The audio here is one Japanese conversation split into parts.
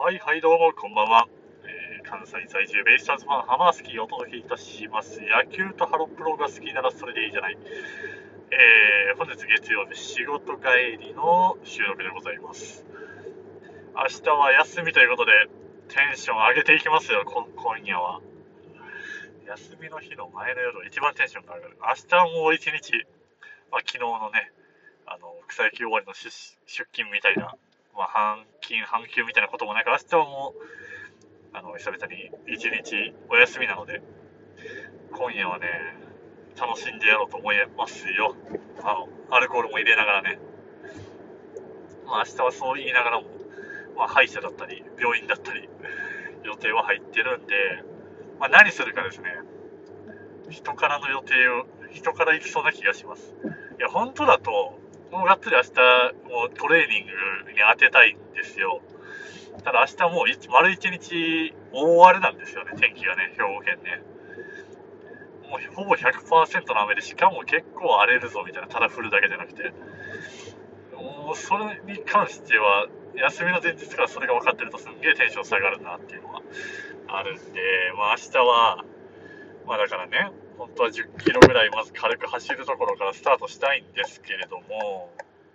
はいはいどうもこんばんは、関西在住ベイスターズファンハマースキーをお届けいたします。野球とハロプロが好きならそれでいいじゃない。本日月曜日仕事帰りの収録でございます。明日は休みということでテンション上げていきますよ。今夜は休みの日の前の夜一番テンションが上がる。明日はもう一日、昨日のね草野球終わりの出勤みたいな、半休みたいなこともなく、明日はもう久々に一日お休みなので、今夜はね、楽しんでやろうと思いますよ。アルコールも入れながらね。明日はそう言いながらも、歯医者だったり、病院だったり、予定は入ってるんで、何するかですね。人から行きそうな気がします。いや、本当だと、もうがっつり明日、もうトレーニングに当てたいんですよ。ただ明日もう丸一日大荒れなんですよね、天気がね、兵庫県ね。もうほぼ 100% の雨で、しかも結構荒れるぞみたいな、ただ降るだけじゃなくて。もうそれに関しては、休みの前日からそれが分かってるとすんげえテンション下がるなっていうのはあるんで、明日は、だからね、本当は10キロぐらいまず軽く走るところからスタートしたいんですけれども、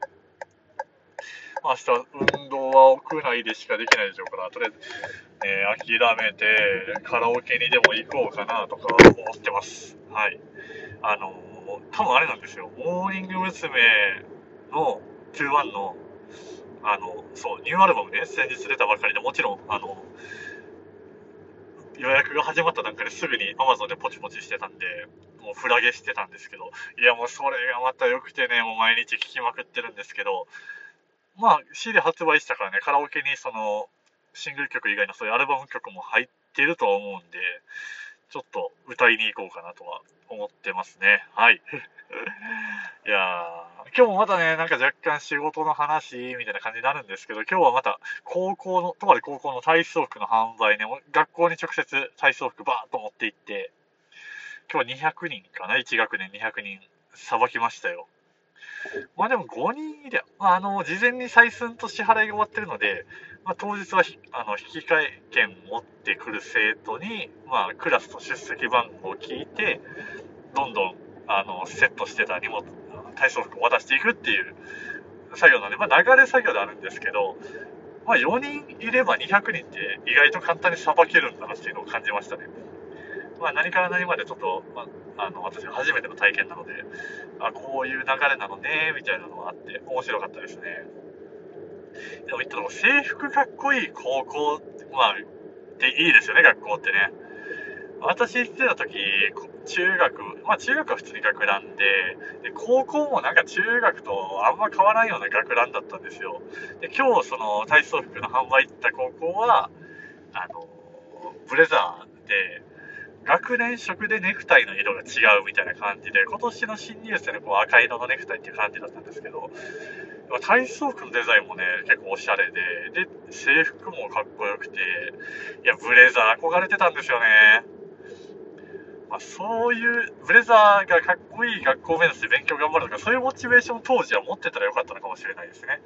明日は運動は屋内でしかできないでしょうから、とりあえず、諦めてカラオケにでも行こうかなとか思ってます。はい。多分あれなんですよ。モーニング娘。の21の、ニューアルバムね、先日出たばかりで、もちろん、予約が始まった段階ですぐに Amazon でポチポチしてたんで、もうフラゲしてたんですけど、いやもうそれがまた良くてね、もう毎日聴きまくってるんですけど、CD 発売したからね、カラオケにその、シングル曲以外のそういうアルバム曲も入ってるとは思うんで、ちょっと歌いに行こうかなとは思ってますね。はい。いや今日もまたね、なんか若干仕事の話みたいな感じになるんですけど、今日はまたとある高校の体操服の販売ね、学校に直接体操服バーッと持って行って、今日は200人かな、1学年200人さばきましたよ。でも5人いりゃ、事前に採寸と支払いが終わってるので、当日は引換券持ってくる生徒に、クラスと出席番号を聞いて、どんどん、セットしてた荷物、体操服を渡していくっていう作業なので、流れ作業であるんですけど、4人いれば200人って意外と簡単にさばけるんだなっていうのを感じましたね。何から何までちょっと、私初めての体験なので、こういう流れなのね、みたいなのがあって、面白かったですね。でも言ったら、制服かっこいい高校っていいですよね、学校ってね。私行ってた時、中学は普通に学ランで、高校もなんか中学とあんま変わらんような学ランだったんですよ。で、今日その体操服の販売行った高校は、ブレザーで、学年色でネクタイの色が違うみたいな感じで、今年の新入生の赤色のネクタイっていう感じだったんですけど、体操服のデザインもね、結構おしゃれで、制服もかっこよくて、いや、ブレザー憧れてたんですよね。そういうブレザーがかっこいい学校を目指して勉強頑張るとか、そういうモチベーション当時は持ってたらよかったのかもしれないですね。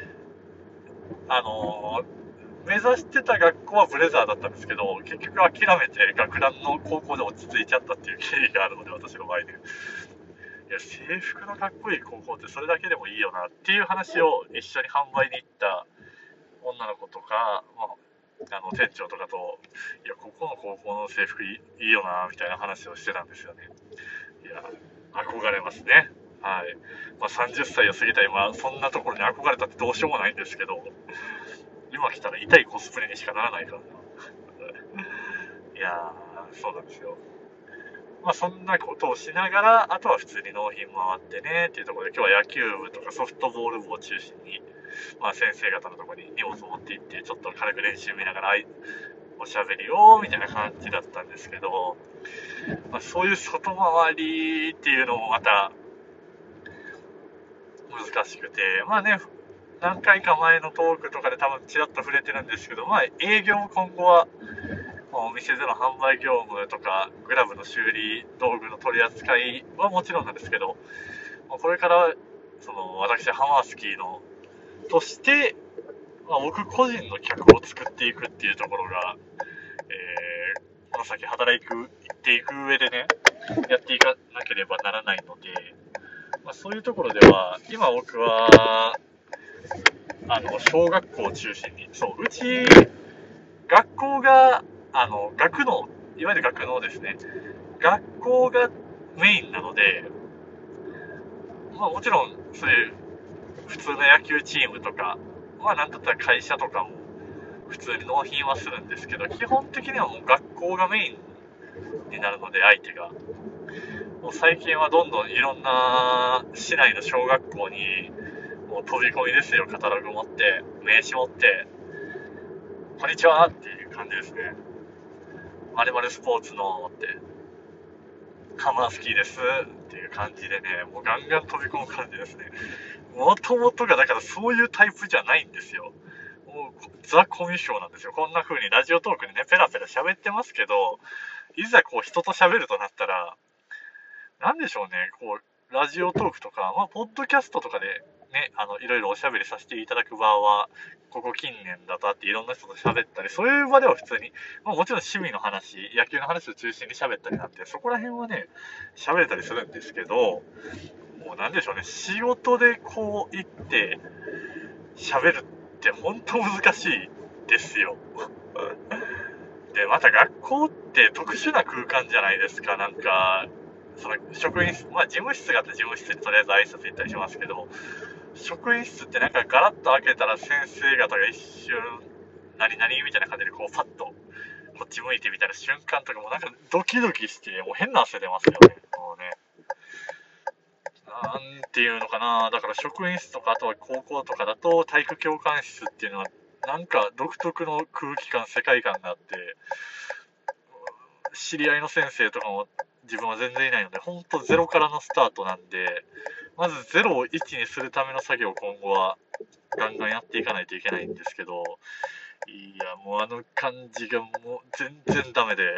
目指してた学校はブレザーだったんですけど、結局諦めて学ランの高校で落ち着いちゃったっていう経緯があるので、私の場合ね。いや、制服のかっこいい高校ってそれだけでもいいよなっていう話を一緒に販売に行った女の子とか、店長とかと、いや、ここの高校の制服いいよなみたいな話をしてたんですよね。いや、憧れますね。はい。30歳を過ぎた今、そんなところに憧れたってどうしようもないんですけど、今来たら痛いコスプレにしかならないからな。いやそうなんですよ。そんなことをしながら、あとは普通に納品回ってねっていうところで、今日は野球部とかソフトボール部を中心に、先生方のところに荷物を持って行って、ちょっと軽く練習見ながら、おしゃべりをみたいな感じだったんですけど、そういう外回りっていうのもまた難しくて、何回か前のトークとかで多分ちらっと触れてるんですけど、営業も今後は、お店での販売業務とか、グラブの修理道具の取り扱いはもちろんなんですけど、これから、私、ハマースキーの、として、 僕個人の客を作っていくっていうところが、この先働いていく上でね、やっていかなければならないので、そういうところでは、今僕は、小学校を中心に、うち、学校が、学農、いわゆる学農ですね。学校がメインなので、もちろん、そういう普通の野球チームとか、なんだったら会社とかも普通に納品はするんですけど、基本的にはもう学校がメインになるので、相手が。もう最近はどんどんいろんな市内の小学校に、もう飛び込みですよ、カタログ持って、名刺持って、こんにちはっていう感じですね。〇〇スポーツのって、カマースキーですっていう感じでね、もうガンガン飛び込む感じですね。もともとがだからそういうタイプじゃないんですよ。もうザ・コミュ障なんですよ。こんな風にラジオトークでね、ペラペラ喋ってますけど、いざこう人と喋るとなったら、なんでしょうね、こう、ラジオトークとか、ポッドキャストとかでね、いろいろおしゃべりさせていただく場は、ここ近年だとあっていろんな人と喋ったり、そういう場では普通に、もちろん趣味の話、野球の話を中心に喋ったりなんて、そこら辺はね、喋れたりするんですけど、もうなんでしょうね、仕事でこう行って喋るって本当難しいですよ。で、また学校って特殊な空間じゃないですか、なんか、その職員室、事務室があって事務室にとりあえず挨拶行ったりしますけど、職員室ってなんかガラッと開けたら先生方が一瞬、何々みたいな感じでこうパッとこっち向いてみたいな瞬間とかもなんかドキドキして、もう変な汗出ますよね。もうね。なんていうのかな、だから職員室とかあとは高校とかだと体育教官室っていうのはなんか独特の空気感、世界観があって、知り合いの先生とかも自分は全然いないので、ほんとゼロからのスタートなんで、まず0を1にするための作業を今後はガンガンやっていかないといけないんですけど、いや、もうあの感じがもう全然ダメで。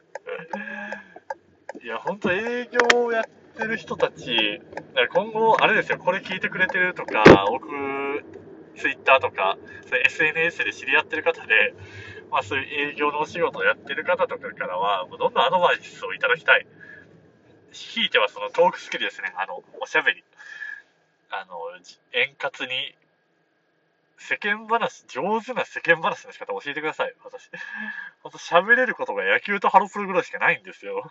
いや、ほんと営業をやってる人たち、だから今後、あれですよ、これ聞いてくれてるとか、僕、Twitter とか、そういう SNS で知り合ってる方で、そういう営業のお仕事をやってる方とかからは、もうどんどんアドバイスをいただきたい。ひいてはそのトークスキルですね、おしゃべり。円滑に、上手な世間話の仕方を教えてください、私。ほんと喋れることが野球とハロプロぐらいしかないんですよ。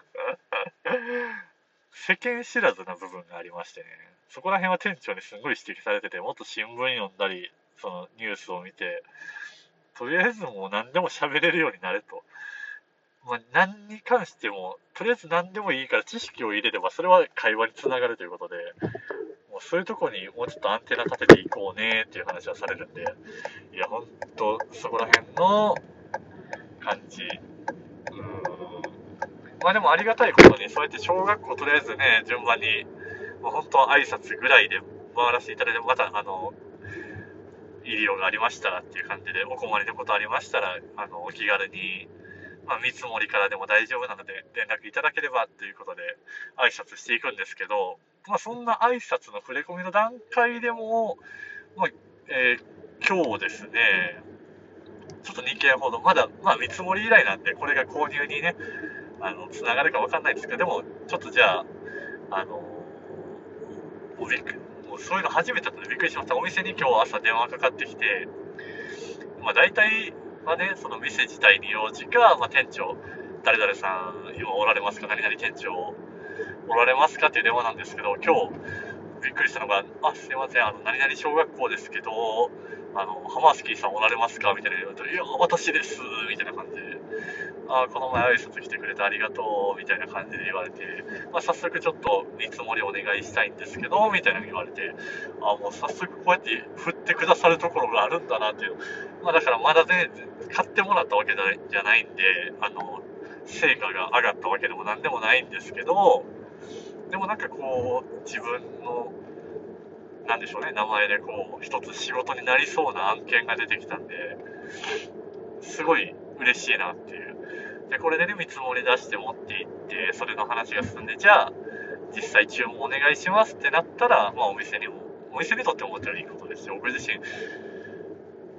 世間知らずな部分がありましてね。そこら辺は店長にすごい指摘されてて、もっと新聞読んだり、そのニュースを見て、とりあえずもう何でも喋れるようになれと。何に関しても、とりあえず何でもいいから知識を入れれば、それは会話につながるということで、もうそういうとこにもうちょっとアンテナ立てていこうねっていう話はされるんで、いや、ほんと、そこら辺の感じ。でもありがたいことに、そうやって小学校とりあえずね、順番に、本当は挨拶ぐらいで回らせていただいて、また、医療がありましたらっていう感じで、お困りのことありましたら、お気軽に、見積もりからでも大丈夫なので、連絡いただければということで、挨拶していくんですけど、そんな挨拶の触れ込みの段階でも、今日ですね、ちょっと2件ほど、まだ、見積もり以来なんで、これが購入にね、つながるかわかんないですけど、でも、ちょっとじゃあ、もうそういうの初めてだったのでびっくりしました。お店に今日朝電話かかってきて、大体はね、その店自体に用事か、店長、誰々さん今おられますか、何々店長おられますかっていう電話なんですけど、今日びっくりしたのが、すいません、何々小学校ですけど、ハマースキーさんおられますかみたいな言われて、いや、私です、みたいな感じで、この前挨拶来てくれてありがとう、みたいな感じで言われて、早速ちょっと見積もりお願いしたいんですけど、みたいなの言われて、もう早速こうやって振ってくださるところがあるんだなっていう。だからまだね、買ってもらったわけじゃないんで、成果が上がったわけでもなんでもないんですけど、でもなんかこう、自分の、なんでしょうね、名前でこう、一つ仕事になりそうな案件が出てきたんで、すごい嬉しいなっていう。で、これでね、見積もり出して持っていって、それの話が進んで、じゃあ、実際注文お願いしますってなったら、お店にとってももちろんいいことですよ。僕自身、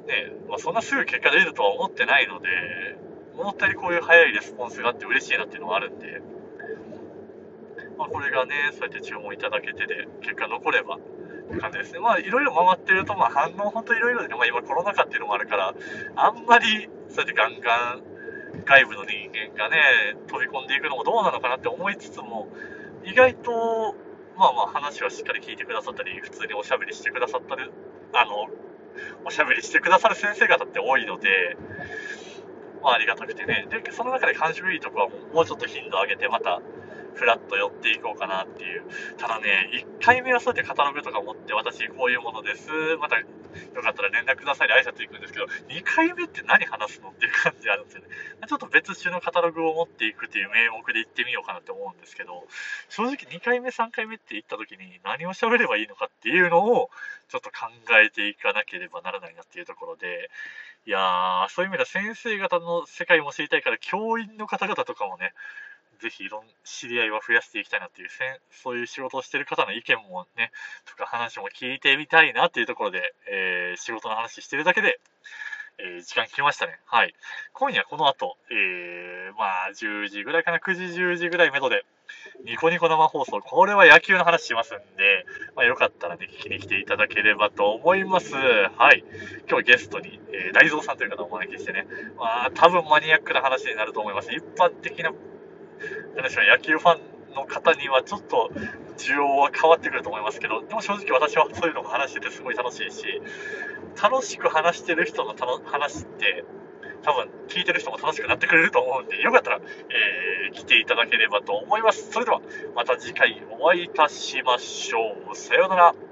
ね、そんなすぐ結果出るとは思ってないので、思ったよりこういう早いレスポンスがあって嬉しいなっていうのがあるんで、これがね、そうやって注文いただけてで、結果残ればって感じですね。いろいろ回ってると、反応ほんといろいろでね、今コロナ禍っていうのもあるから、あんまりそうやってガンガン外部の人間がね、飛び込んでいくのもどうなのかなって思いつつも、意外と、話はしっかり聞いてくださったり、普通におしゃべりしてくださったり、おしゃべりしてくださる先生方って多いので、ありがたくてね。で、その中で感触いいとこはもうちょっと頻度上げて、また、フラッと寄っていこうかなっていう。ただね、1回目はそうやってカタログとか持って、私こういうものです。また、よかったら連絡くださいで挨拶行くんですけど、2回目って何話すのっていう感じあるんですよね。ちょっと別種のカタログを持っていくっていう名目で行ってみようかなって思うんですけど、正直2回目、3回目って行った時に何を喋ればいいのかっていうのを、ちょっと考えていかなければならないなっていうところで、いやー、そういう意味では先生方の世界も知りたいから、教員の方々とかもね、ぜひ知り合いは増やしていきたいなっていう、そういう仕事をしている方の意見もね、とか話も聞いてみたいなっていうところで、仕事の話してるだけで、時間来ましたね。はい。今夜この後、10時ぐらいかな、9時、10時ぐらい目処で、ニコニコ生放送、これは野球の話しますんで、よかったらね、聞きに来ていただければと思います。はい。今日ゲストに、大蔵さんという方をお招きしてね、多分マニアックな話になると思います。一般的な話は野球ファンの方にはちょっと需要は変わってくると思いますけど、でも正直私はそういうのも話しててすごい楽しいし、楽しく話してる人の話って、多分聞いてる人も楽しくなってくれると思うんで、よかったら、来ていただければと思います。それではまた次回お会いいたしましょう。さようなら。